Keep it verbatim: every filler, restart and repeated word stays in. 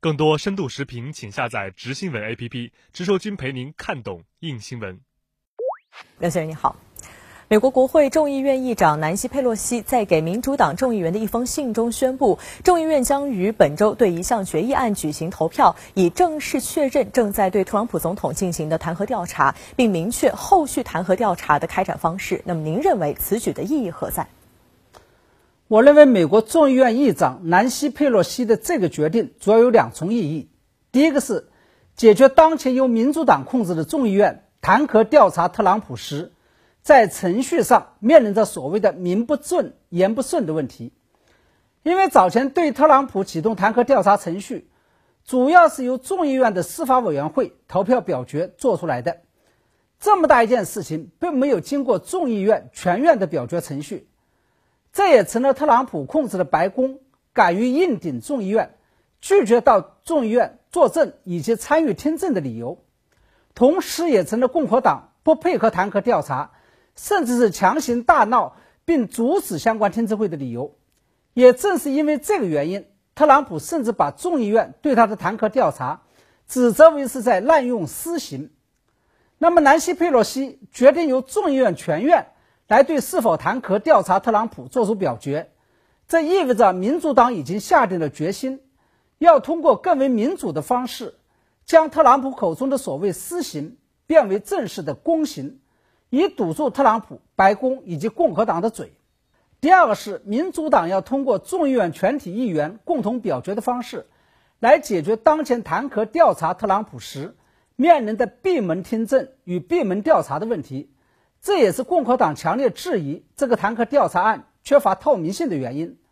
更多深度视频，请下载直新闻 A P P， 直说君陪您看懂硬新闻。 刘先生你好。美国国会众议院议长南希·佩洛西在给民主党众议员的一封信中宣布，众议院将于本周对一项决议案举行投票，以正式确认正在对特朗普总统进行的弹劾调查，并明确后续弹劾调查的开展方式。那么您认为此举的意义何在？ 我认为美国众议院议长南希·佩洛西的这个决定主要有两重意义。第一个是解决当前由民主党控制的众议院弹劾调查特朗普时，在程序上面临着所谓的名不正言不顺的问题。因为早前对特朗普启动弹劾调查程序，主要是由众议院的司法委员会投票表决做出来的。这么大一件事情并没有经过众议院全院的表决程序，这也成了特朗普控制的白宫敢于硬顶众议院，拒绝到众议院作证以及参与听证的理由，同时也成了共和党不配合弹劾调查，甚至是强行大闹并阻止相关听证会的理由。也正是因为这个原因，特朗普甚至把众议院对他的弹劾调查指责为是在滥用私刑。那么南希·佩洛西决定由众议院全院来对是否弹劾调查特朗普做出表决，这意味着民主党已经下定了决心，要通过更为民主的方式，将特朗普口中的所谓私刑变为正式的公刑，以堵住特朗普、白宫以及共和党的嘴。第二个是民主党要通过众议院全体议员共同表决的方式，来解决当前弹劾调查特朗普时面临的闭门听证与闭门调查的问题。这也是共和党强烈质疑这个弹劾调查案缺乏透明性的原因。